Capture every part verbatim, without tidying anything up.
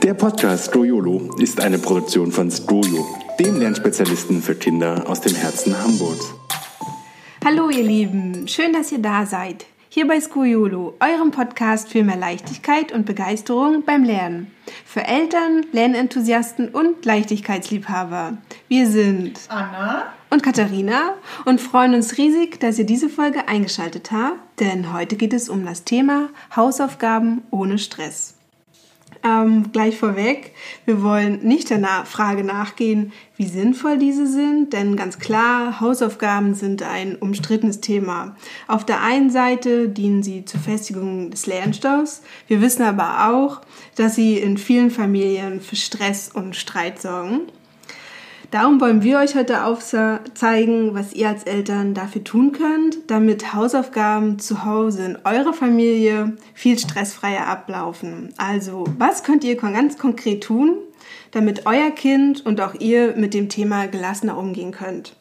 Der Podcast Stroyolo ist eine Produktion von Stroyo, dem Lernspezialisten für Kinder aus dem Herzen Hamburgs. Hallo ihr Lieben, schön, dass ihr da seid. Hier bei Stroyolo, eurem Podcast für mehr Leichtigkeit und Begeisterung beim Lernen. Für Eltern, Lernenthusiasten und Leichtigkeitsliebhaber. Wir sind Anna und Katharina und freuen uns riesig, dass ihr diese Folge eingeschaltet habt, denn heute geht es um das Thema Hausaufgaben ohne Stress. Ähm, gleich vorweg, wir wollen nicht der Na- Frage nachgehen, wie sinnvoll diese sind, denn ganz klar, Hausaufgaben sind ein umstrittenes Thema. Auf der einen Seite dienen sie zur Festigung des Lernstoffs, wir wissen aber auch, dass sie in vielen Familien für Stress und Streit sorgen. Darum wollen wir euch heute aufzeigen, was ihr als Eltern dafür tun könnt, damit Hausaufgaben zu Hause in eurer Familie viel stressfreier ablaufen. Also, was könnt ihr ganz konkret tun, damit euer Kind und auch ihr mit dem Thema gelassener umgehen könnt?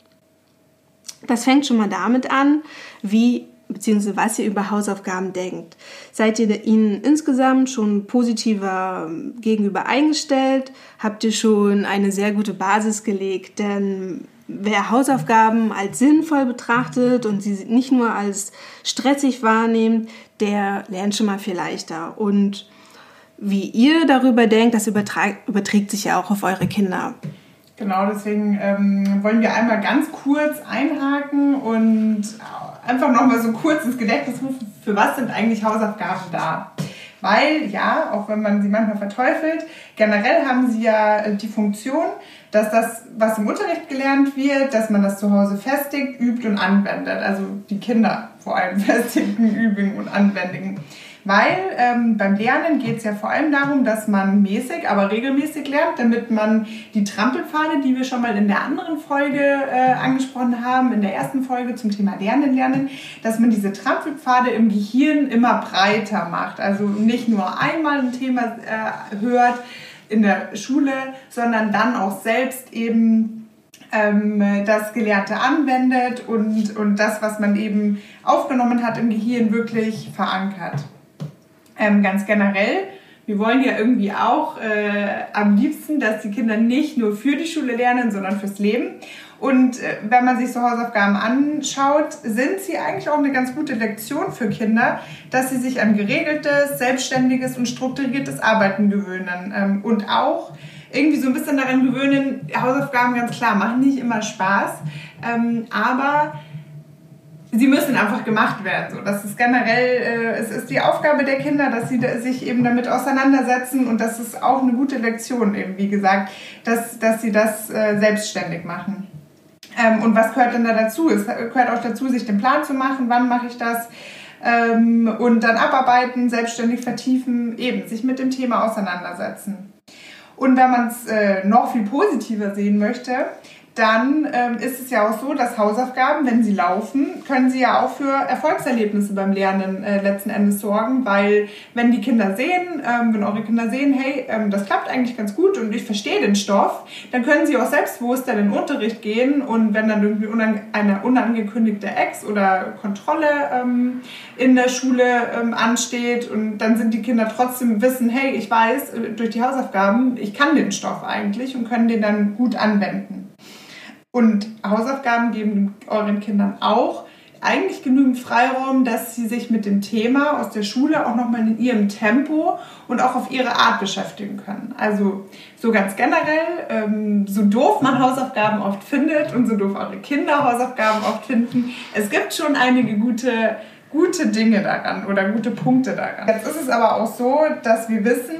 Das fängt schon mal damit an, wie bzw. was ihr über Hausaufgaben denkt. Seid ihr ihnen insgesamt schon positiver gegenüber eingestellt? Habt ihr schon eine sehr gute Basis gelegt? Denn wer Hausaufgaben als sinnvoll betrachtet und sie nicht nur als stressig wahrnimmt, der lernt schon mal viel leichter. Und wie ihr darüber denkt, das übertrag- überträgt sich ja auch auf eure Kinder. Genau, deswegen ähm, wollen wir einmal ganz kurz einhaken und einfach nochmal so kurz ins Gedächtnis rufen, für was sind eigentlich Hausaufgaben da? Weil, ja, auch wenn man sie manchmal verteufelt, generell haben sie ja die Funktion, dass das, was im Unterricht gelernt wird, dass man das zu Hause festigt, übt und anwendet. Also die Kinder vor allem festigen, üben und anwenden. Weil ähm, beim Lernen geht es ja vor allem darum, dass man mäßig, aber regelmäßig lernt, damit man die Trampelpfade, die wir schon mal in der anderen Folge äh, angesprochen haben, in der ersten Folge zum Thema Lernen, Lernen, dass man diese Trampelpfade im Gehirn immer breiter macht. Also nicht nur einmal ein Thema äh, hört in der Schule, sondern dann auch selbst eben ähm, das Gelernte anwendet und, und das, was man eben aufgenommen hat im Gehirn, wirklich verankert. Ähm, ganz generell, wir wollen ja irgendwie auch äh, am liebsten, dass die Kinder nicht nur für die Schule lernen, sondern fürs Leben. Und äh, wenn man sich so Hausaufgaben anschaut, sind sie eigentlich auch eine ganz gute Lektion für Kinder, dass sie sich an geregeltes, selbstständiges und strukturiertes Arbeiten gewöhnen. Ähm, und auch irgendwie so ein bisschen daran gewöhnen, Hausaufgaben ganz klar machen nicht immer Spaß, ähm, aber sie müssen einfach gemacht werden. So, das ist generell, äh, es ist die Aufgabe der Kinder, dass sie da, sich eben damit auseinandersetzen und das ist auch eine gute Lektion eben, wie gesagt, dass, dass sie das äh, selbstständig machen. Ähm, und was gehört denn da dazu? Es gehört auch dazu, sich den Plan zu machen, wann mache ich das ähm, und dann abarbeiten, selbstständig vertiefen, eben sich mit dem Thema auseinandersetzen. Und wenn man es äh, noch viel positiver sehen möchte, dann ähm, ist es ja auch so, dass Hausaufgaben, wenn sie laufen, können sie ja auch für Erfolgserlebnisse beim Lernen äh, letzten Endes sorgen, weil wenn die Kinder sehen, ähm, wenn eure Kinder sehen, hey, ähm, das klappt eigentlich ganz gut und ich verstehe den Stoff, dann können sie auch selbstbewusster in den Unterricht gehen und wenn dann irgendwie unang- eine unangekündigte Ex oder Kontrolle ähm, in der Schule ähm, ansteht und dann sind die Kinder trotzdem wissen, hey, ich weiß äh, durch die Hausaufgaben, ich kann den Stoff eigentlich und können den dann gut anwenden. Und Hausaufgaben geben euren Kindern auch eigentlich genügend Freiraum, dass sie sich mit dem Thema aus der Schule auch nochmal in ihrem Tempo und auch auf ihre Art beschäftigen können. Also so ganz generell, ähm, so doof man Hausaufgaben oft findet und so doof eure Kinder Hausaufgaben oft finden, es gibt schon einige gute, gute Dinge daran oder gute Punkte daran. Jetzt ist es aber auch so, dass wir wissen,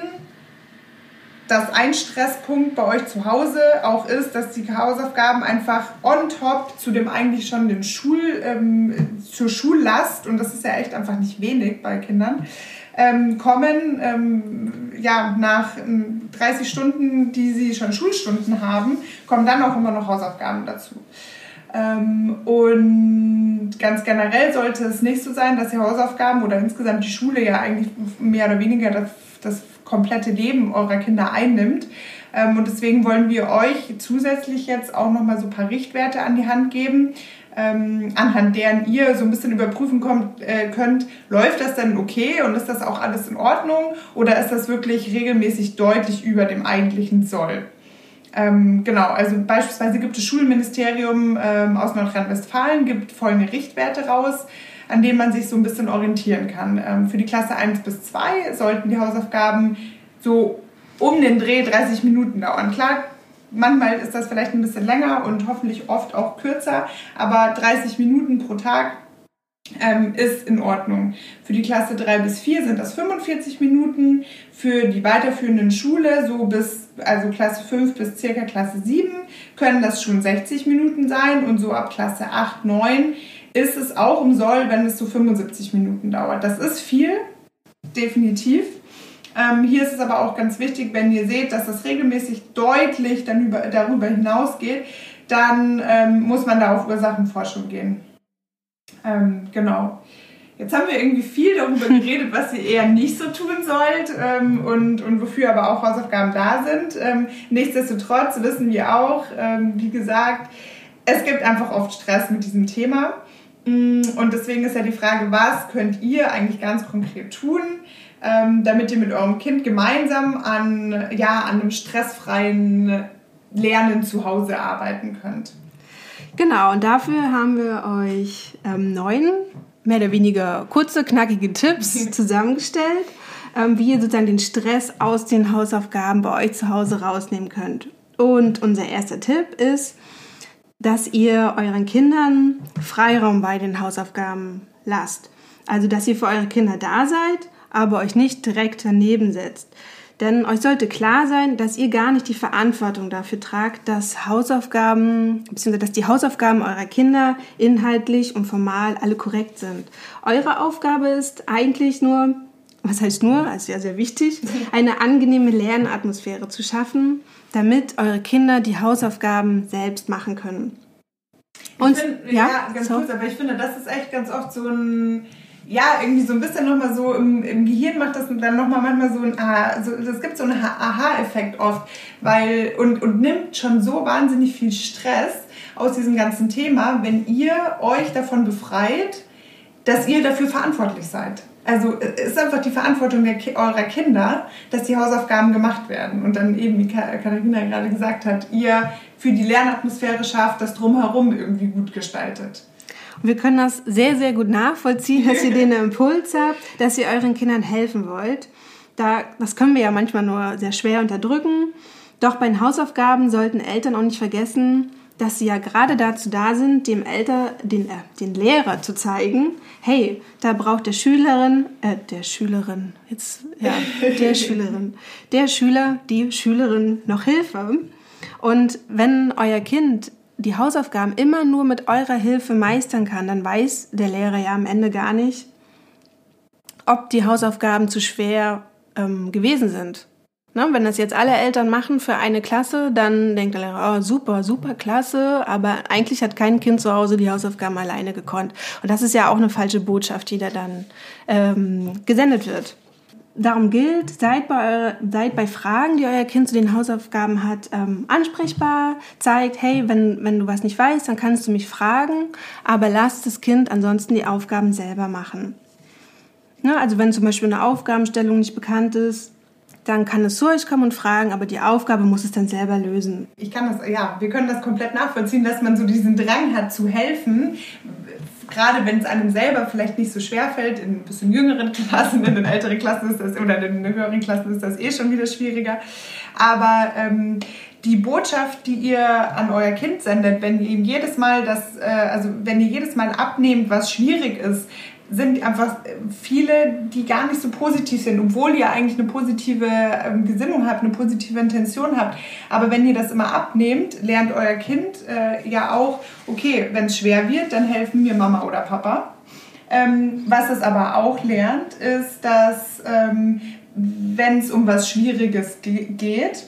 dass ein Stresspunkt bei euch zu Hause auch ist, dass die Hausaufgaben einfach on top zu dem eigentlich schon den Schul, ähm, zur Schullast, und das ist ja echt einfach nicht wenig bei Kindern, ähm, kommen, ähm, ja, nach ähm, dreißig Stunden, die sie schon Schulstunden haben, kommen dann auch immer noch Hausaufgaben dazu. Ähm, und ganz generell sollte es nicht so sein, dass die Hausaufgaben oder insgesamt die Schule ja eigentlich mehr oder weniger das, das komplette Leben eurer Kinder einnimmt, Ähm, und deswegen wollen wir euch zusätzlich jetzt auch nochmal so ein paar Richtwerte an die Hand geben, ähm, anhand deren ihr so ein bisschen überprüfen kommt, äh, könnt, läuft das denn okay und ist das auch alles in Ordnung oder ist das wirklich regelmäßig deutlich über dem eigentlichen Soll? Ähm, genau, also beispielsweise gibt das Schulministerium ähm, aus Nordrhein-Westfalen gibt folgende Richtwerte raus, an denen man sich so ein bisschen orientieren kann. Ähm, für die Klasse eins bis zwei sollten die Hausaufgaben so um den Dreh dreißig Minuten dauern. Klar, manchmal ist das vielleicht ein bisschen länger und hoffentlich oft auch kürzer, aber dreißig Minuten pro Tag ähm, ist in Ordnung. Für die Klasse drei bis vier sind das fünfundvierzig Minuten, für die weiterführenden Schule, so bis, also Klasse fünf bis circa Klasse sieben, können das schon sechzig Minuten sein und so ab Klasse acht, neun ist es auch im Soll, wenn es so fünfundsiebzig Minuten dauert. Das ist viel, definitiv. Ähm, hier ist es aber auch ganz wichtig, wenn ihr seht, dass das regelmäßig deutlich dann über, darüber hinausgeht, dann ähm, muss man da auf Ursachenforschung gehen. Ähm, genau. Jetzt haben wir irgendwie viel darüber geredet, was ihr eher nicht so tun sollt ähm, und, und wofür aber auch Hausaufgaben da sind. Ähm, nichtsdestotrotz wissen wir auch, ähm, wie gesagt, es gibt einfach oft Stress mit diesem Thema. Und deswegen ist ja die Frage, was könnt ihr eigentlich ganz konkret tun, ähm, damit ihr mit eurem Kind gemeinsam an, ja, an einem stressfreien Lernen zu Hause arbeiten könnt. Genau, und dafür haben wir euch ähm, neun, mehr oder weniger kurze, knackige Tipps zusammengestellt, ähm, wie ihr sozusagen den Stress aus den Hausaufgaben bei euch zu Hause rausnehmen könnt. Und unser erster Tipp ist, dass ihr euren Kindern Freiraum bei den Hausaufgaben lasst. Also, dass ihr für eure Kinder da seid, aber euch nicht direkt daneben setzt. Denn euch sollte klar sein, dass ihr gar nicht die Verantwortung dafür tragt, dass Hausaufgaben, beziehungsweise dass die Hausaufgaben eurer Kinder inhaltlich und formal alle korrekt sind. Eure Aufgabe ist eigentlich nur, was heißt nur, also sehr, sehr wichtig, eine angenehme Lernatmosphäre zu schaffen, damit eure Kinder die Hausaufgaben selbst machen können. Und, ich find, ja, ja, ganz so. kurz, aber ich finde, das ist echt ganz oft so ein, ja, irgendwie so ein bisschen nochmal so im, im Gehirn macht das dann nochmal manchmal so ein, so, es gibt so einen Aha-Effekt oft, weil, und, und nimmt schon so wahnsinnig viel Stress aus diesem ganzen Thema, wenn ihr euch davon befreit, dass ihr dafür verantwortlich seid. Also es ist einfach die Verantwortung der, eurer Kinder, dass die Hausaufgaben gemacht werden. Und dann eben, wie Katharina gerade gesagt hat, ihr für die Lernatmosphäre schafft, das Drumherum irgendwie gut gestaltet. Und wir können das sehr, sehr gut nachvollziehen, dass ihr den Impuls habt, dass ihr euren Kindern helfen wollt. Da, das können wir ja manchmal nur sehr schwer unterdrücken. Doch bei den Hausaufgaben sollten Eltern auch nicht vergessen, dass sie ja gerade dazu da sind, dem Eltern, den, äh, den Lehrer zu zeigen, hey, da braucht der Schülerin, äh, der Schülerin, jetzt, ja, der Schülerin, der Schüler, die Schülerin noch Hilfe. Und wenn euer Kind die Hausaufgaben immer nur mit eurer Hilfe meistern kann, dann weiß der Lehrer ja am Ende gar nicht, ob die Hausaufgaben zu schwer ähm, gewesen sind. Ne, wenn das jetzt alle Eltern machen für eine Klasse, dann denkt der Lehrer, oh, super, super klasse, aber eigentlich hat kein Kind zu Hause die Hausaufgaben alleine gekonnt. Und das ist ja auch eine falsche Botschaft, die da dann ähm, gesendet wird. Darum gilt, seid bei, eure, seid bei Fragen, die euer Kind zu den Hausaufgaben hat, ähm, ansprechbar. Zeigt, hey, wenn, wenn du was nicht weißt, dann kannst du mich fragen, aber lasst das Kind ansonsten die Aufgaben selber machen. Ne, also wenn zum Beispiel eine Aufgabenstellung nicht bekannt ist, dann kann es zu euch kommen und fragen, aber die Aufgabe muss es dann selber lösen. Ich kann das, ja, wir können das komplett nachvollziehen, dass man so diesen Drang hat zu helfen, gerade wenn es einem selber vielleicht nicht so schwer fällt, in ein bisschen jüngeren Klassen, in den älteren Klassen ist das, oder in den höheren Klassen ist das eh schon wieder schwieriger. Aber ähm, die Botschaft, die ihr an euer Kind sendet, wenn ihr ihm jedes Mal das, äh, also wenn ihr jedes Mal abnehmt, was schwierig ist, sind einfach viele, die gar nicht so positiv sind, obwohl ihr eigentlich eine positive ähm, Gesinnung habt, eine positive Intention habt. Aber wenn ihr das immer abnehmt, lernt euer Kind äh, ja auch, okay, wenn es schwer wird, dann helfen mir Mama oder Papa. Ähm, was es aber auch lernt, ist, dass ähm, wenn es um was Schwieriges ge- geht,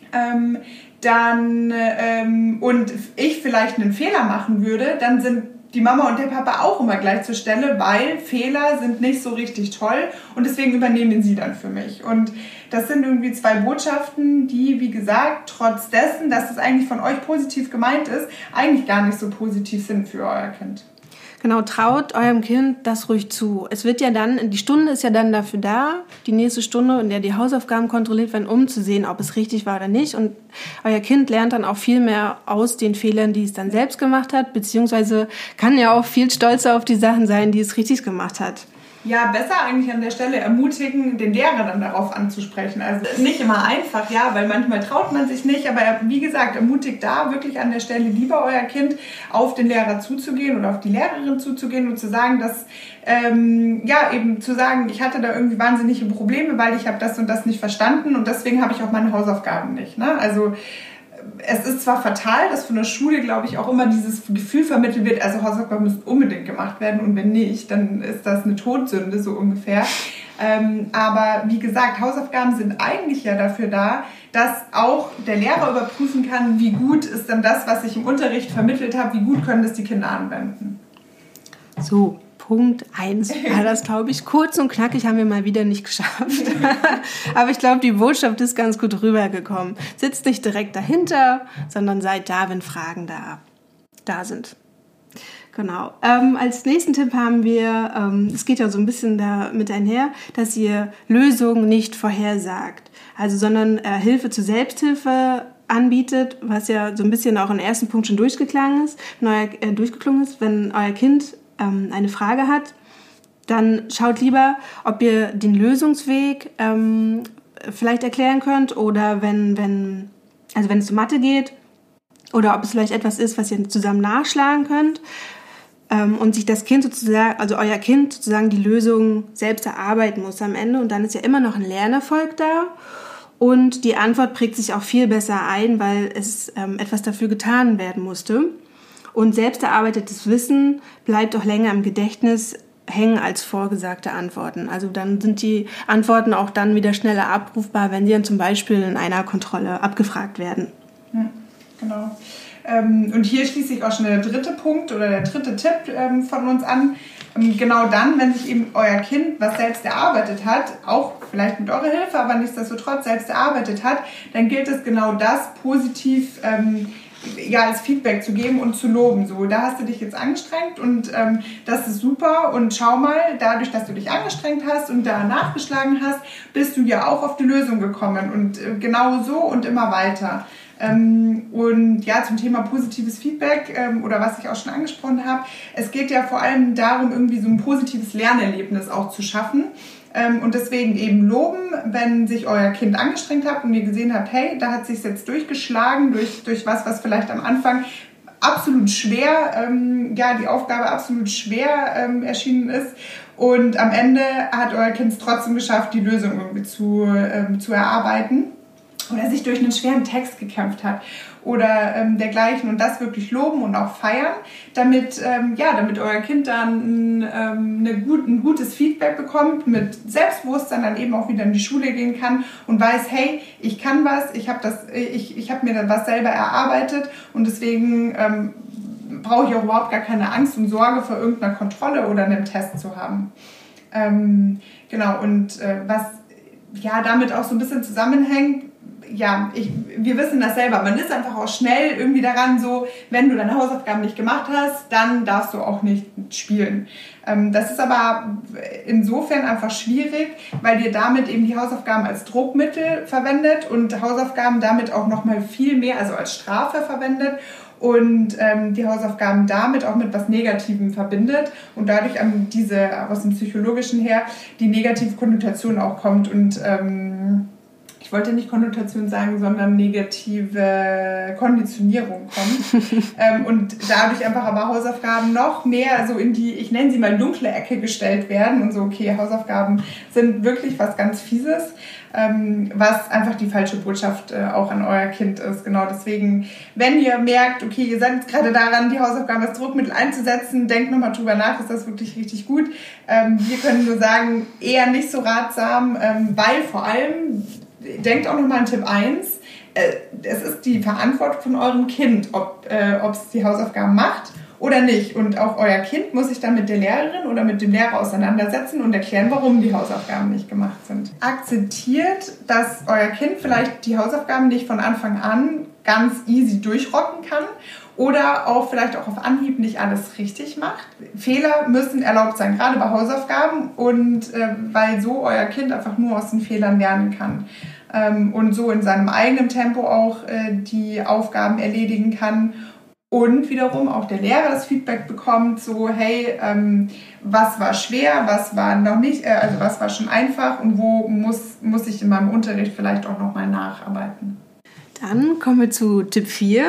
ähm, dann ähm, und ich vielleicht einen Fehler machen würde, dann sind die Mama und der Papa auch immer gleich zur Stelle, weil Fehler sind nicht so richtig toll und deswegen übernehmen sie dann für mich. Und das sind irgendwie zwei Botschaften, die, wie gesagt, trotz dessen, dass es eigentlich von euch positiv gemeint ist, eigentlich gar nicht so positiv sind für euer Kind. Genau, traut eurem Kind das ruhig zu. Es wird ja dann, die Stunde ist ja dann dafür da, die nächste Stunde, in der die Hausaufgaben kontrolliert werden, um zu sehen, ob es richtig war oder nicht. Und euer Kind lernt dann auch viel mehr aus den Fehlern, die es dann selbst gemacht hat, beziehungsweise kann ja auch viel stolzer auf die Sachen sein, die es richtig gemacht hat. Ja, besser eigentlich an der Stelle ermutigen, den Lehrer dann darauf anzusprechen. Also nicht immer einfach, ja, weil manchmal traut man sich nicht, aber wie gesagt, ermutigt da wirklich an der Stelle lieber euer Kind auf den Lehrer zuzugehen oder auf die Lehrerin zuzugehen und zu sagen, dass, ähm, ja, eben zu sagen, ich hatte da irgendwie wahnsinnige Probleme, weil ich habe das und das nicht verstanden und deswegen habe ich auch meine Hausaufgaben nicht, ne? Also es ist zwar fatal, dass von der Schule, glaube ich, auch immer dieses Gefühl vermittelt wird, also Hausaufgaben müssen unbedingt gemacht werden und wenn nicht, dann ist das eine Todsünde, so ungefähr. Ähm, aber wie gesagt, Hausaufgaben sind eigentlich ja dafür da, dass auch der Lehrer überprüfen kann, wie gut ist denn das, was ich im Unterricht vermittelt habe, wie gut können das die Kinder anwenden. So, Punkt eins war das, glaube ich. Kurz und knackig haben wir mal wieder nicht geschafft. Aber ich glaube, die Botschaft ist ganz gut rübergekommen. Sitzt nicht direkt dahinter, sondern seid da, wenn Fragen da, da sind. Genau. Ähm, als nächsten Tipp haben wir, ähm, es geht ja so ein bisschen damit einher, dass ihr Lösungen nicht vorhersagt. Also, sondern äh, Hilfe zur Selbsthilfe anbietet, was ja so ein bisschen auch im ersten Punkt schon durchgeklungen ist, wenn euer, äh, durchgeklungen ist, wenn euer Kind eine Frage hat, dann schaut lieber, ob ihr den Lösungsweg ähm, vielleicht erklären könnt oder wenn, wenn, also wenn es um Mathe geht oder ob es vielleicht etwas ist, was ihr zusammen nachschlagen könnt ähm, und sich das Kind sozusagen, also euer Kind sozusagen die Lösung selbst erarbeiten muss am Ende und dann ist ja immer noch ein Lernerfolg da und die Antwort prägt sich auch viel besser ein, weil es ähm, etwas dafür getan werden musste. Und selbst erarbeitetes Wissen bleibt auch länger im Gedächtnis hängen als vorgesagte Antworten. Also dann sind die Antworten auch dann wieder schneller abrufbar, wenn sie dann zum Beispiel in einer Kontrolle abgefragt werden. Ja, genau. Und hier schließt sich auch schon der dritte Punkt oder der dritte Tipp von uns an. Genau dann, wenn sich eben euer Kind was selbst erarbeitet hat, auch vielleicht mit eurer Hilfe, aber nichtsdestotrotz selbst erarbeitet hat, dann gilt es genau das positiv ja, als Feedback zu geben und zu loben. So, da hast du dich jetzt angestrengt und ähm, das ist super und schau mal, dadurch, dass du dich angestrengt hast und da nachgeschlagen hast, bist du ja auch auf die Lösung gekommen und äh, genau so und immer weiter. Ähm, und ja, zum Thema positives Feedback ähm, oder was ich auch schon angesprochen habe, es geht ja vor allem darum, irgendwie so ein positives Lernerlebnis auch zu schaffen. Und deswegen eben loben, wenn sich euer Kind angestrengt habt und ihr gesehen habt, hey, da hat es sich jetzt durchgeschlagen, durch, durch was, was vielleicht am Anfang absolut schwer, ähm, ja, die Aufgabe absolut schwer ähm, erschienen ist. Und am Ende hat euer Kind es trotzdem geschafft, die Lösung irgendwie zu, ähm, zu erarbeiten. Oder sich durch einen schweren Text gekämpft hat oder ähm, dergleichen und das wirklich loben und auch feiern, damit, ähm, ja, damit euer Kind dann ähm, eine gut, ein gutes Feedback bekommt, mit Selbstbewusstsein dann eben auch wieder in die Schule gehen kann und weiß, hey, ich kann was, ich habe das, ich, ich habe mir dann was selber erarbeitet und deswegen ähm, brauche ich auch überhaupt gar keine Angst und Sorge vor irgendeiner Kontrolle oder einem Test zu haben. Ähm, genau, und äh, was ja damit auch so ein bisschen zusammenhängt, ja, ich, wir wissen das selber, man ist einfach auch schnell irgendwie daran so, wenn du deine Hausaufgaben nicht gemacht hast, dann darfst du auch nicht spielen. Ähm, das ist aber insofern einfach schwierig, weil ihr damit eben die Hausaufgaben als Druckmittel verwendet und Hausaufgaben damit auch nochmal viel mehr, also als Strafe verwendet und ähm, die Hausaufgaben damit auch mit was Negativem verbindet und dadurch ähm, diese, aus dem Psychologischen her, die negative Konnotation auch kommt und ähm, ich wollte nicht Konnotation sagen, sondern negative Konditionierung kommt. ähm, und dadurch einfach aber Hausaufgaben noch mehr so in die, ich nenne sie mal dunkle Ecke gestellt werden und so, okay, Hausaufgaben sind wirklich was ganz Fieses, ähm, was einfach die falsche Botschaft äh, auch an euer Kind ist. Genau deswegen, wenn ihr merkt, okay, ihr seid jetzt gerade daran, die Hausaufgaben als Druckmittel einzusetzen, denkt nochmal drüber nach, ist das wirklich richtig gut. Ähm, wir können nur sagen, eher nicht so ratsam, ähm, weil vor allem denkt auch nochmal an Tipp eins, äh, es ist die Verantwortung von eurem Kind, ob äh, es die Hausaufgaben macht oder nicht. Und auch euer Kind muss sich dann mit der Lehrerin oder mit dem Lehrer auseinandersetzen und erklären, warum die Hausaufgaben nicht gemacht sind. Akzeptiert, dass euer Kind vielleicht die Hausaufgaben nicht von Anfang an ganz easy durchrocken kann oder auch vielleicht auch auf Anhieb nicht alles richtig macht. Fehler müssen erlaubt sein, gerade bei Hausaufgaben, und äh, weil so euer Kind einfach nur aus den Fehlern lernen kann ähm, und so in seinem eigenen Tempo auch äh, die Aufgaben erledigen kann und wiederum auch der Lehrer das Feedback bekommt, so hey, ähm, was war schwer, was war noch nicht, äh, also was war schon einfach und wo muss, muss ich in meinem Unterricht vielleicht auch nochmal nacharbeiten. Dann kommen wir zu Tipp vier.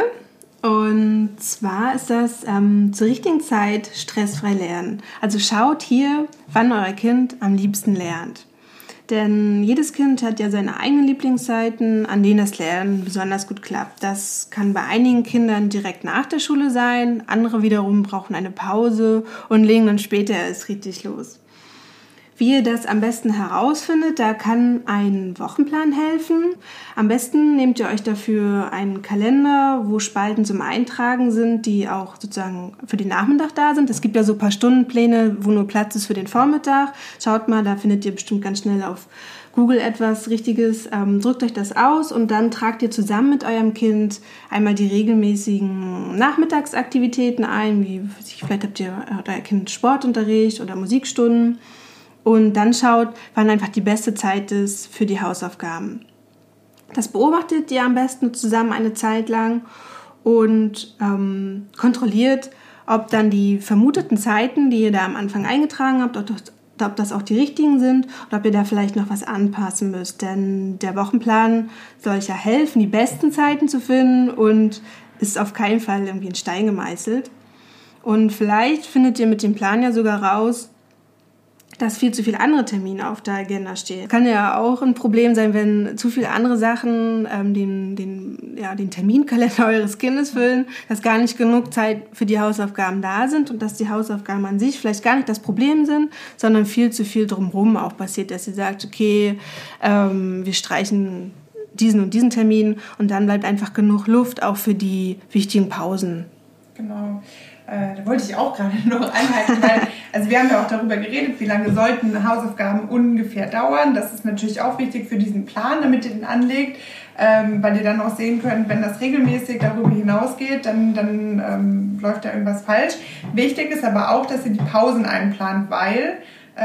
Und zwar ist das ähm, zur richtigen Zeit stressfrei lernen. Also schaut hier, wann euer Kind am liebsten lernt. Denn jedes Kind hat ja seine eigenen Lieblingszeiten, an denen das Lernen besonders gut klappt. Das kann bei einigen Kindern direkt nach der Schule sein, andere wiederum brauchen eine Pause und legen dann später erst richtig los. Wie ihr das am besten herausfindet, da kann ein Wochenplan helfen. Am besten nehmt ihr euch dafür einen Kalender, wo Spalten zum Eintragen sind, die auch sozusagen für den Nachmittag da sind. Es gibt ja so ein paar Stundenpläne, wo nur Platz ist für den Vormittag. Schaut mal, da findet ihr bestimmt ganz schnell auf Google etwas Richtiges. Ähm, drückt euch das aus und dann tragt ihr zusammen mit eurem Kind einmal die regelmäßigen Nachmittagsaktivitäten ein, wie vielleicht habt ihr hat euer Kind Sportunterricht oder Musikstunden. Und dann schaut, wann einfach die beste Zeit ist für die Hausaufgaben. Das beobachtet ihr am besten zusammen eine Zeit lang und ähm, kontrolliert, ob dann die vermuteten Zeiten, die ihr da am Anfang eingetragen habt, ob das, ob das auch die richtigen sind oder ob ihr da vielleicht noch was anpassen müsst. Denn der Wochenplan soll euch ja helfen, die besten Zeiten zu finden und ist auf keinen Fall irgendwie in Stein gemeißelt. Und vielleicht findet ihr mit dem Plan ja sogar raus, dass viel zu viele andere Termine auf der Agenda stehen. Kann ja auch ein Problem sein, wenn zu viele andere Sachen ähm, den, den, ja, den Terminkalender eures Kindes füllen, dass gar nicht genug Zeit für die Hausaufgaben da sind und dass die Hausaufgaben an sich vielleicht gar nicht das Problem sind, sondern viel zu viel drumherum auch passiert, dass ihr sagt, okay, ähm, wir streichen diesen und diesen Termin und dann bleibt einfach genug Luft auch für die wichtigen Pausen. Genau. Äh, da wollte ich auch gerade noch einhalten, weil also wir haben ja auch darüber geredet, wie lange sollten Hausaufgaben ungefähr dauern. Das ist natürlich auch wichtig für diesen Plan, damit ihr den anlegt, ähm, weil ihr dann auch sehen könnt, wenn das regelmäßig darüber hinausgeht, dann, dann ähm, läuft da irgendwas falsch. Wichtig ist aber auch, dass ihr die Pausen einplant, weil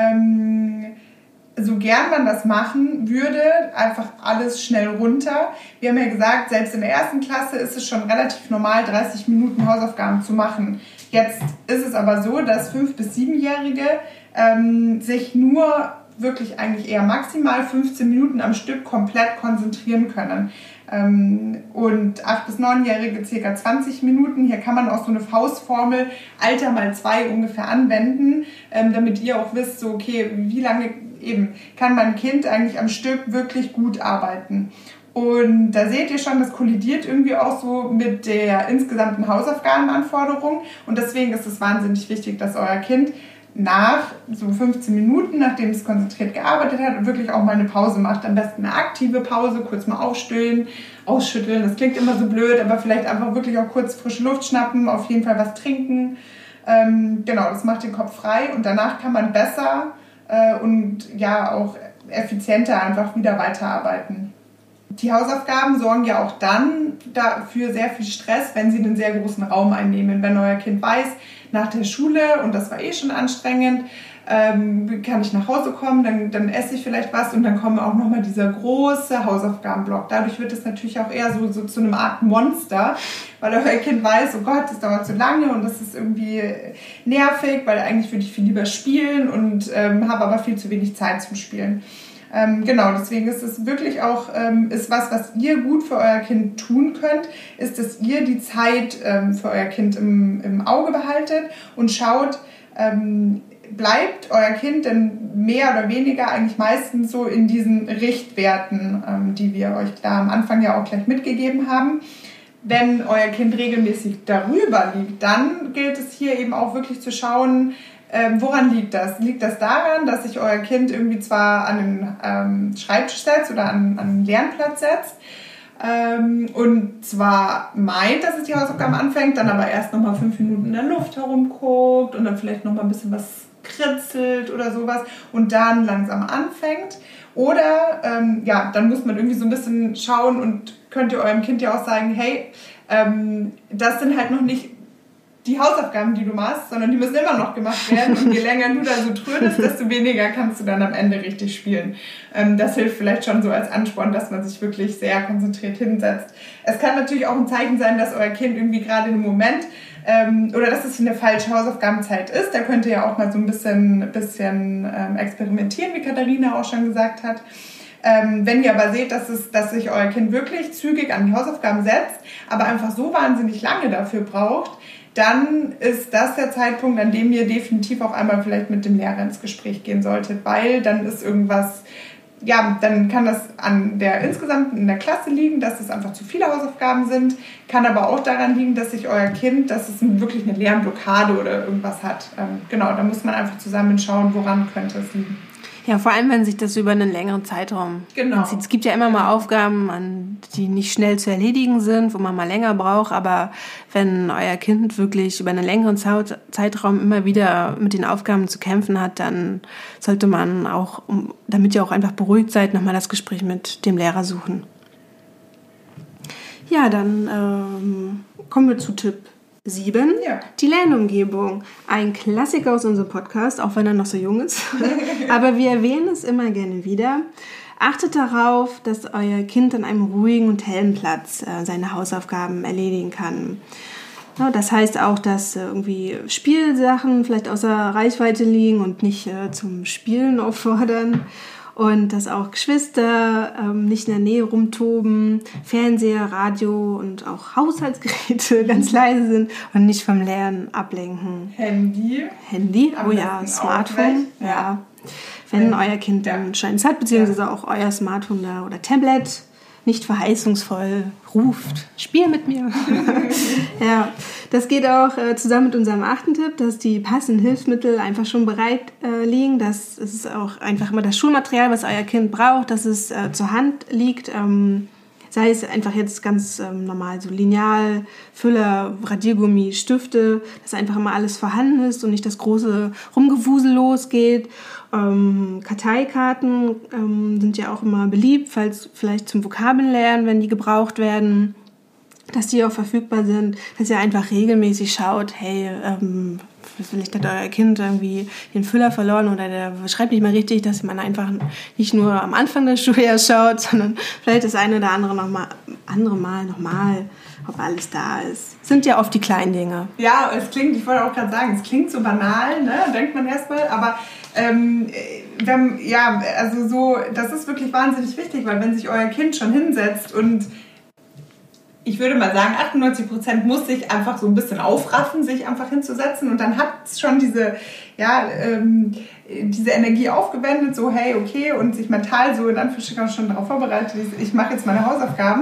ähm, so gern man das machen würde, einfach alles schnell runter. Wir haben ja gesagt, selbst in der ersten Klasse ist es schon relativ normal, dreißig Minuten Hausaufgaben zu machen. Jetzt ist es aber so, dass fünf- bis siebenjährige ähm, sich nur wirklich eigentlich eher maximal fünfzehn Minuten am Stück komplett konzentrieren können. Ähm, und acht- bis neunjährige circa zwanzig Minuten. Hier kann man auch so eine Faustformel Alter mal zwei ungefähr anwenden, ähm, damit ihr auch wisst, so okay, wie lange eben kann mein Kind eigentlich am Stück wirklich gut arbeiten. Und da seht ihr schon, das kollidiert irgendwie auch so mit der insgesamten Hausaufgabenanforderung. Und deswegen ist es wahnsinnig wichtig, dass euer Kind nach so fünfzehn Minuten, nachdem es konzentriert gearbeitet hat, wirklich auch mal eine Pause macht. Am besten eine aktive Pause, kurz mal aufstillen, ausschütteln. Das klingt immer so blöd, aber vielleicht einfach wirklich auch kurz frische Luft schnappen, auf jeden Fall was trinken. Ähm, genau, das macht den Kopf frei und danach kann man besser äh, und ja auch effizienter einfach wieder weiterarbeiten. Die Hausaufgaben sorgen ja auch dann dafür sehr viel Stress, wenn sie einen sehr großen Raum einnehmen. Wenn euer Kind weiß, nach der Schule, und das war eh schon anstrengend, ähm, kann ich nach Hause kommen, dann, dann esse ich vielleicht was und dann kommt auch nochmal dieser große Hausaufgabenblock. Dadurch wird es natürlich auch eher so, so zu einem Art Monster, weil euer Kind weiß, oh Gott, das dauert zu lange und das ist irgendwie nervig, weil eigentlich würde ich viel lieber spielen und ähm, habe aber viel zu wenig Zeit zum Spielen. Ähm, genau, deswegen ist es wirklich auch ähm, ist was, was ihr gut für euer Kind tun könnt, ist, dass ihr die Zeit ähm, für euer Kind im, im Auge behaltet und schaut, ähm, bleibt euer Kind denn mehr oder weniger eigentlich meistens so in diesen Richtwerten, ähm, die wir euch da am Anfang ja auch gleich mitgegeben haben. Wenn euer Kind regelmäßig darüber liegt, dann gilt es hier eben auch wirklich zu schauen, Ähm, woran liegt das? Liegt das daran, dass sich euer Kind irgendwie zwar an den ähm, Schreibtisch setzt oder an, an den Lernplatz setzt, Ähm, und zwar meint, dass es die Hausaufgaben anfängt, dann aber erst nochmal fünf Minuten in der Luft herumguckt und dann vielleicht nochmal ein bisschen was kritzelt oder sowas und dann langsam anfängt. Oder ähm, ja, dann muss man irgendwie so ein bisschen schauen und könnt ihr eurem Kind ja auch sagen, hey, ähm, das sind halt noch nicht die Hausaufgaben, die du machst, sondern die müssen immer noch gemacht werden und je länger du da so trödelst, desto weniger kannst du dann am Ende richtig spielen. Ähm, das hilft vielleicht schon so als Ansporn, dass man sich wirklich sehr konzentriert hinsetzt. Es kann natürlich auch ein Zeichen sein, dass euer Kind irgendwie gerade im Moment ähm, oder dass es eine falsche Hausaufgabenzeit ist. Da könnt ihr ja auch mal so ein bisschen, bisschen ähm, experimentieren, wie Katharina auch schon gesagt hat. Ähm, wenn ihr aber seht, dass, es, dass sich euer Kind wirklich zügig an die Hausaufgaben setzt, aber einfach so wahnsinnig lange dafür braucht, dann ist das der Zeitpunkt, an dem ihr definitiv auch einmal vielleicht mit dem Lehrer ins Gespräch gehen solltet, weil dann ist irgendwas, ja, dann kann das an der insgesamt in der Klasse liegen, dass es einfach zu viele Hausaufgaben sind, kann aber auch daran liegen, dass sich euer Kind, dass es wirklich eine Lernblockade oder irgendwas hat. Ähm, genau, da muss man einfach zusammen schauen, woran könnte es liegen. Ja, vor allem, wenn sich das über einen längeren Zeitraum genau. anzieht. Es gibt ja immer mal Aufgaben, die nicht schnell zu erledigen sind, wo man mal länger braucht. Aber wenn euer Kind wirklich über einen längeren Zeitraum immer wieder mit den Aufgaben zu kämpfen hat, dann sollte man auch, damit ihr auch einfach beruhigt seid, nochmal das Gespräch mit dem Lehrer suchen. Ja, dann ähm, kommen wir zu Tipp sieben, ja. Die Lernumgebung. Ein Klassiker aus unserem Podcast, auch wenn er noch so jung ist. Aber wir erwähnen es immer gerne wieder. Achtet darauf, dass euer Kind an einem ruhigen und hellen Platz äh, seine Hausaufgaben erledigen kann. Ja, das heißt auch, dass äh, irgendwie Spielsachen vielleicht außer Reichweite liegen und nicht äh, zum Spielen auffordern. Und dass auch Geschwister ähm, nicht in der Nähe rumtoben, Fernseher, Radio und auch Haushaltsgeräte ganz leise sind und nicht vom Lernen ablenken. Handy. Handy, oh ja, Smartphone. Ja. ja. Wenn euer Kind dann schon hat, beziehungsweise ja. auch euer Smartphone da oder Tablet nicht verheißungsvoll ruft, spiel mit mir. Ja, das geht auch äh, zusammen mit unserem achten Tipp, dass die passenden Hilfsmittel einfach schon bereit äh, liegen. Das ist auch einfach immer das Schulmaterial, was euer Kind braucht, dass es äh, zur Hand liegt. Ähm, sei es einfach jetzt ganz ähm, normal so Lineal, Füller, Radiergummi, Stifte, dass einfach immer alles vorhanden ist und nicht das große Rumgewusel losgeht. Ähm, Karteikarten ähm, sind ja auch immer beliebt, falls vielleicht zum Vokabellernen, wenn die gebraucht werden, dass die auch verfügbar sind, dass ihr einfach regelmäßig schaut, hey, ähm, vielleicht hat euer Kind irgendwie den Füller verloren oder der schreibt nicht mehr richtig, dass man einfach nicht nur am Anfang des Schuljahres schaut, sondern vielleicht das eine oder andere, noch mal, andere Mal nochmal, ob alles da ist. Sind ja oft die kleinen Dinge. Ja, es klingt, ich wollte auch gerade sagen, es klingt so banal, ne, denkt man erstmal, aber ähm, wenn, ja, also so, das ist wirklich wahnsinnig wichtig, weil wenn sich euer Kind schon hinsetzt und ich würde mal sagen, achtundneunzig Prozent muss sich einfach so ein bisschen aufraffen, sich einfach hinzusetzen und dann hat es schon diese, ja, ähm, diese Energie aufgewendet, so hey, okay, und sich mental so in Anführungsstrichen auch schon darauf vorbereitet, ich mache jetzt meine Hausaufgaben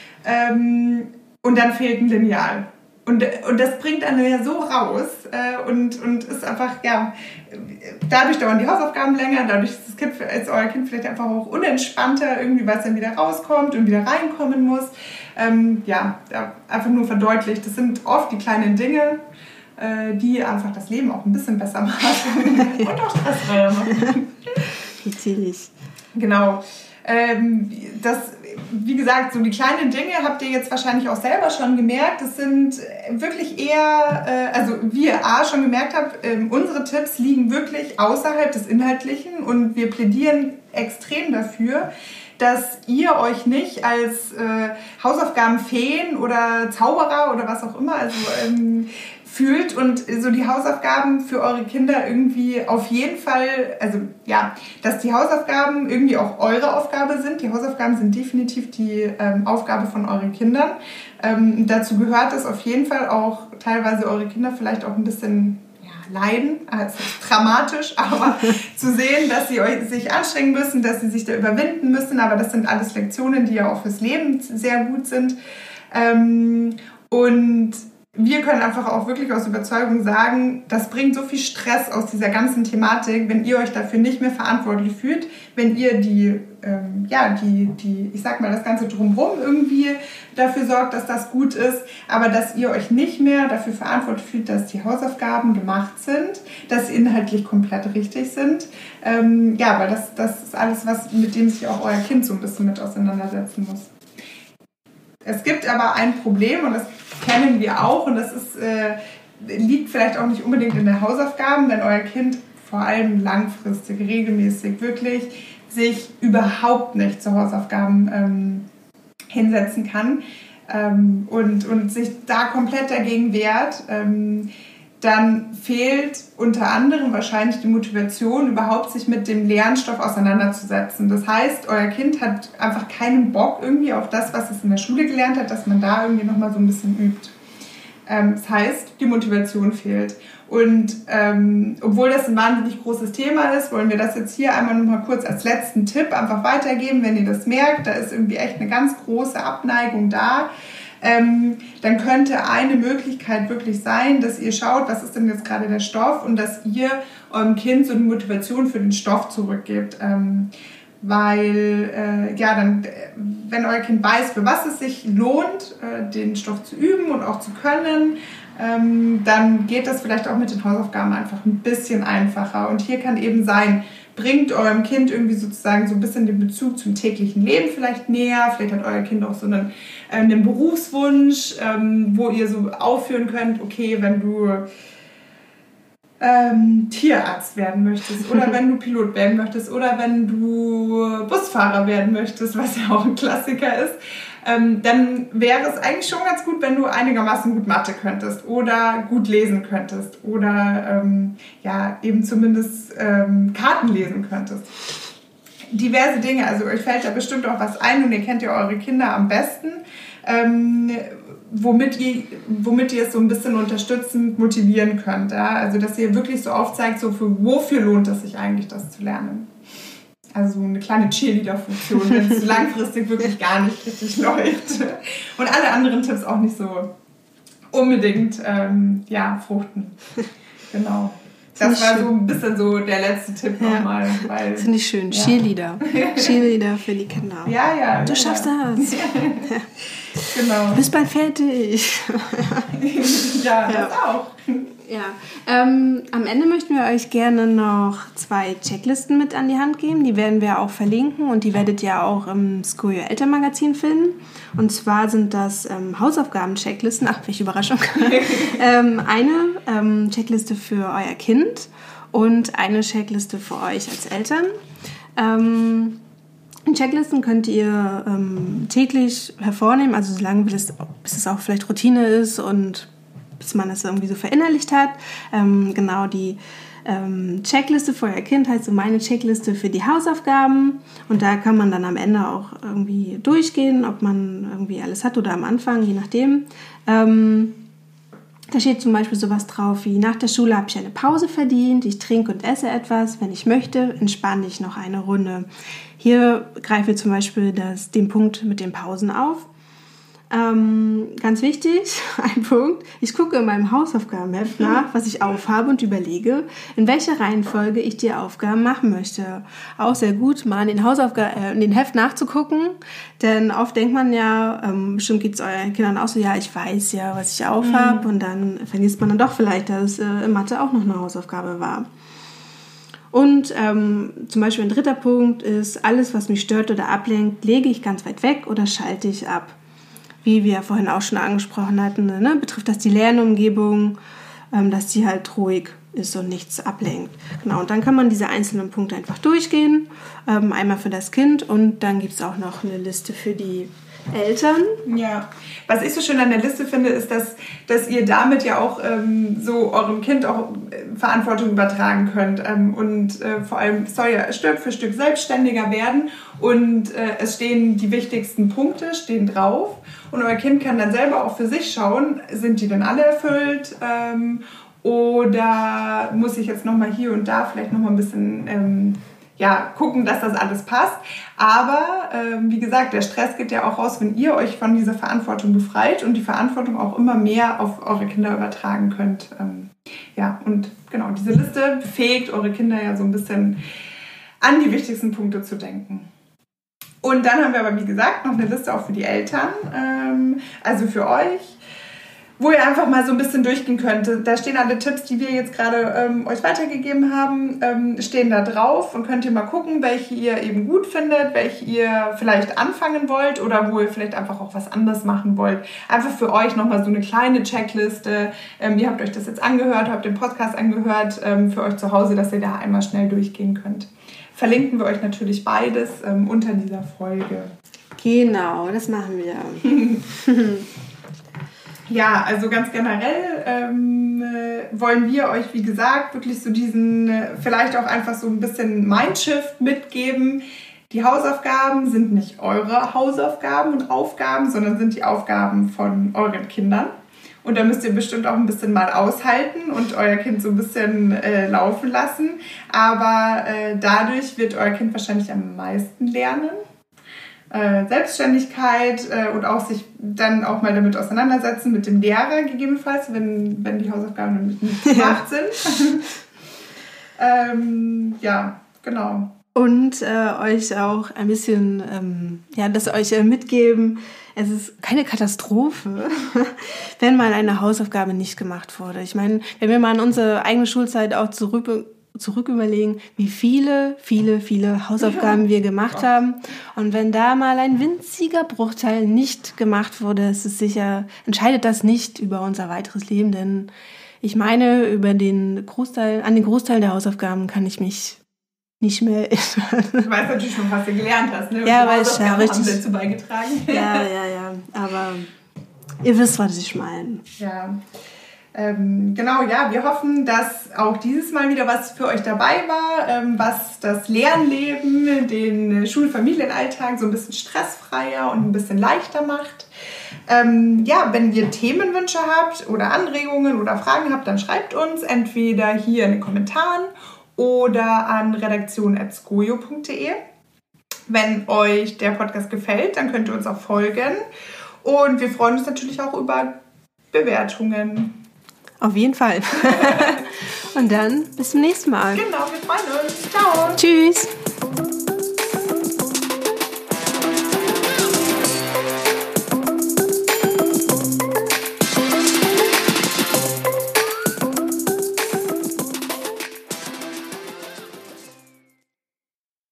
ähm, und dann fehlt ein Lineal. Und, und das bringt einen ja so raus äh, und, und ist einfach, ja, dadurch dauern die Hausaufgaben länger, dadurch ist, das kind, ist euer Kind vielleicht einfach auch unentspannter, irgendwie, weil es dann wieder rauskommt und wieder reinkommen muss. Ähm, ja, einfach nur verdeutlicht. Das sind oft die kleinen Dinge, äh, die einfach das Leben auch ein bisschen besser machen und auch stressfreier machen. Natürlich. Genau. Ähm, das, wie gesagt, so die kleinen Dinge habt ihr jetzt wahrscheinlich auch selber schon gemerkt. Das sind wirklich eher, äh, also wie ihr A schon gemerkt habt, äh, unsere Tipps liegen wirklich außerhalb des Inhaltlichen und wir plädieren extrem dafür, dass ihr euch nicht als äh, Hausaufgabenfeen oder Zauberer oder was auch immer also ähm, fühlt und so die Hausaufgaben für eure Kinder irgendwie auf jeden Fall, also ja, dass die Hausaufgaben irgendwie auch eure Aufgabe sind. Die Hausaufgaben sind definitiv die ähm, Aufgabe von euren Kindern. Ähm, dazu gehört es auf jeden Fall auch teilweise eure Kinder vielleicht auch ein bisschen leiden, also dramatisch, aber zu sehen, dass sie euch, sich anstrengen müssen, dass sie sich da überwinden müssen, aber das sind alles Lektionen, die ja auch fürs Leben sehr gut sind. Ähm, und wir können einfach auch wirklich aus Überzeugung sagen, das bringt so viel Stress aus dieser ganzen Thematik, wenn ihr euch dafür nicht mehr verantwortlich fühlt, wenn ihr die, ähm, ja, die, die, ich sag mal, das Ganze drumherum irgendwie dafür sorgt, dass das gut ist, aber dass ihr euch nicht mehr dafür verantwortlich fühlt, dass die Hausaufgaben gemacht sind, dass sie inhaltlich komplett richtig sind. Ähm, ja, weil das, das ist alles, was, mit dem sich auch euer Kind so ein bisschen mit auseinandersetzen muss. Es gibt aber ein Problem und das kennen wir auch und das ist, äh, liegt vielleicht auch nicht unbedingt in den Hausaufgaben, wenn euer Kind vor allem langfristig, regelmäßig wirklich sich überhaupt nicht zu Hausaufgaben ähm, hinsetzen kann ähm, und, und sich da komplett dagegen wehrt, ähm, dann fehlt unter anderem wahrscheinlich die Motivation, überhaupt sich mit dem Lernstoff auseinanderzusetzen. Das heißt, euer Kind hat einfach keinen Bock irgendwie auf das, was es in der Schule gelernt hat, dass man da irgendwie nochmal so ein bisschen übt. Ähm, das heißt, die Motivation fehlt. Und ähm, obwohl das ein wahnsinnig großes Thema ist, wollen wir das jetzt hier einmal nochmal kurz als letzten Tipp einfach weitergeben, wenn ihr das merkt, da ist irgendwie echt eine ganz große Abneigung da. Ähm, dann könnte eine Möglichkeit wirklich sein, dass ihr schaut, was ist denn jetzt gerade der Stoff und dass ihr eurem Kind so eine Motivation für den Stoff zurückgebt. Ähm, weil, äh, ja, dann, wenn euer Kind weiß, für was es sich lohnt, äh, den Stoff zu üben und auch zu können, ähm, dann geht das vielleicht auch mit den Hausaufgaben einfach ein bisschen einfacher. Und hier kann eben sein, bringt eurem Kind irgendwie sozusagen so ein bisschen den Bezug zum täglichen Leben vielleicht näher. Vielleicht hat euer Kind auch so einen, äh, einen Berufswunsch, ähm, wo ihr so aufführen könnt, okay, wenn du ähm, Tierarzt werden möchtest oder wenn du Pilot werden möchtest oder wenn du Busfahrer werden möchtest, was ja auch ein Klassiker ist, ähm, dann wäre es eigentlich schon ganz gut, wenn du einigermaßen gut Mathe könntest oder gut lesen könntest oder ähm, ja, eben zumindest ähm, Karten lesen könntest. Diverse Dinge, also euch fällt da bestimmt auch was ein und ihr kennt ja eure Kinder am besten, ähm, womit ihr, womit ihr es so ein bisschen unterstützend motivieren könnt. Ja? Also dass ihr wirklich so aufzeigt, so für, wofür lohnt es sich eigentlich, das zu lernen. Also eine kleine Cheerleader-Funktion, wenn es langfristig wirklich gar nicht richtig läuft. Und alle anderen Tipps auch nicht so unbedingt ähm, ja, fruchten. Genau. Das war so ein bisschen so der letzte Tipp ja. nochmal. Finde ich schön. Ja. Cheerleader. Cheerleader für die Kinder. Ja, ja. Du ja, schaffst ja. das. Genau. Du bist bald fertig. ja, das ja. auch. Ja, ähm, am Ende möchten wir euch gerne noch zwei Checklisten mit an die Hand geben. Die werden wir auch verlinken und die werdet ihr auch im Skojo Elternmagazin finden. Und zwar sind das ähm, Hausaufgaben-Checklisten. Ach, welche Überraschung. ähm, eine ähm, Checkliste für euer Kind und eine Checkliste für euch als Eltern. Ähm, Checklisten könnt ihr ähm, täglich hervornehmen, also solange bis es, bis es auch vielleicht Routine ist und bis man das irgendwie so verinnerlicht hat. Ähm, genau, die ähm, Checkliste für euer Kind heißt so meine Checkliste für die Hausaufgaben. Und da kann man dann am Ende auch irgendwie durchgehen, ob man irgendwie alles hat oder am Anfang, je nachdem. Ähm, da steht zum Beispiel sowas drauf wie, nach der Schule habe ich eine Pause verdient, ich trinke und esse etwas, wenn ich möchte, entspanne ich noch eine Runde. Hier greifen wir zum Beispiel das, den Punkt mit den Pausen auf. Ähm, ganz wichtig, ein Punkt, ich gucke in meinem Hausaufgabenheft nach, was ich aufhabe und überlege, in welcher Reihenfolge ich die Aufgaben machen möchte. Auch sehr gut, mal in den, Hausaufga- äh, in den Heft nachzugucken, denn oft denkt man ja, ähm, bestimmt geht es euren Kindern auch so, ja, ich weiß ja, was ich aufhabe mhm. und dann vergisst man dann doch vielleicht, dass äh, in Mathe auch noch eine Hausaufgabe war. Und ähm, zum Beispiel ein dritter Punkt ist, alles, was mich stört oder ablenkt, lege ich ganz weit weg oder schalte ich ab. Wie wir vorhin auch schon angesprochen hatten, ne, betrifft das die Lernumgebung, ähm, dass die halt ruhig ist und nichts ablenkt. Genau, und dann kann man diese einzelnen Punkte einfach durchgehen, ähm, einmal für das Kind und dann gibt es auch noch eine Liste für die Eltern. Ja, was ich so schön an der Liste finde, ist, dass, dass ihr damit ja auch ähm, so eurem Kind auch äh, Verantwortung übertragen könnt ähm, und äh, vor allem soll ja Stück für Stück selbstständiger werden und äh, es stehen die wichtigsten Punkte, stehen drauf und euer Kind kann dann selber auch für sich schauen, sind die denn alle erfüllt ähm, oder muss ich jetzt nochmal hier und da vielleicht nochmal ein bisschen ähm, ja, gucken, dass das alles passt. Aber ähm, wie gesagt, der Stress geht ja auch raus, wenn ihr euch von dieser Verantwortung befreit und die Verantwortung auch immer mehr auf eure Kinder übertragen könnt. Ähm, ja, und genau, diese Liste befähigt eure Kinder ja so ein bisschen an die wichtigsten Punkte zu denken. Und dann haben wir aber, wie gesagt, noch eine Liste auch für die Eltern, ähm, also für euch, wo ihr einfach mal so ein bisschen durchgehen könnt. Da stehen alle Tipps, die wir jetzt gerade ähm, euch weitergegeben haben, ähm, stehen da drauf und könnt ihr mal gucken, welche ihr eben gut findet, welche ihr vielleicht anfangen wollt oder wo ihr vielleicht einfach auch was anderes machen wollt. Einfach für euch nochmal so eine kleine Checkliste. Ähm, ihr habt euch das jetzt angehört, habt den Podcast angehört, ähm, für euch zu Hause, dass ihr da einmal schnell durchgehen könnt. Verlinken wir euch natürlich beides ähm, unter dieser Folge. Genau, das machen wir. Ja, also ganz generell ähm, äh, wollen wir euch, wie gesagt, wirklich so diesen, äh, vielleicht auch einfach so ein bisschen Mindshift mitgeben. Die Hausaufgaben sind nicht eure Hausaufgaben und Aufgaben, sondern sind die Aufgaben von euren Kindern. Und da müsst ihr bestimmt auch ein bisschen mal aushalten und euer Kind so ein bisschen äh, laufen lassen. Aber äh, dadurch wird euer Kind wahrscheinlich am meisten lernen. Äh, Selbstständigkeit äh, und auch sich dann auch mal damit auseinandersetzen mit dem Lehrer gegebenenfalls, wenn, wenn die Hausaufgaben nicht gemacht sind. ähm, ja, genau. Und äh, euch auch ein bisschen, ähm, ja, das euch äh, mitgeben, es ist keine Katastrophe, wenn mal eine Hausaufgabe nicht gemacht wurde. Ich meine, wenn wir mal an unsere eigene Schulzeit auch zurück, zurück überlegen, wie viele, viele, viele Hausaufgaben ja. wir gemacht ja. haben. Und wenn da mal ein winziger Bruchteil nicht gemacht wurde, ist es sicher, entscheidet das nicht über unser weiteres Leben. Denn ich meine, über den Großteil, an den Großteil der Hausaufgaben kann ich mich nicht mehr. Du weißt natürlich schon, was du gelernt hast, ne? Ja, weil ich ja richtig haben dazu beigetragen. Ja, ja, ja. Aber ihr wisst, was ich meine. Ja. Ähm, genau, ja, wir hoffen, dass auch dieses Mal wieder was für euch dabei war, ähm, was das Lernleben, den Schul-Familienalltag so ein bisschen stressfreier und ein bisschen leichter macht. Ähm, ja, wenn ihr Themenwünsche habt oder Anregungen oder Fragen habt, dann schreibt uns entweder hier in den Kommentaren oder an redaktion at skojo punkt de. Wenn euch der Podcast gefällt, dann könnt ihr uns auch folgen. Und wir freuen uns natürlich auch über Bewertungen. Auf jeden Fall. Und dann bis zum nächsten Mal. Genau, wir freuen uns. Ciao. Tschüss.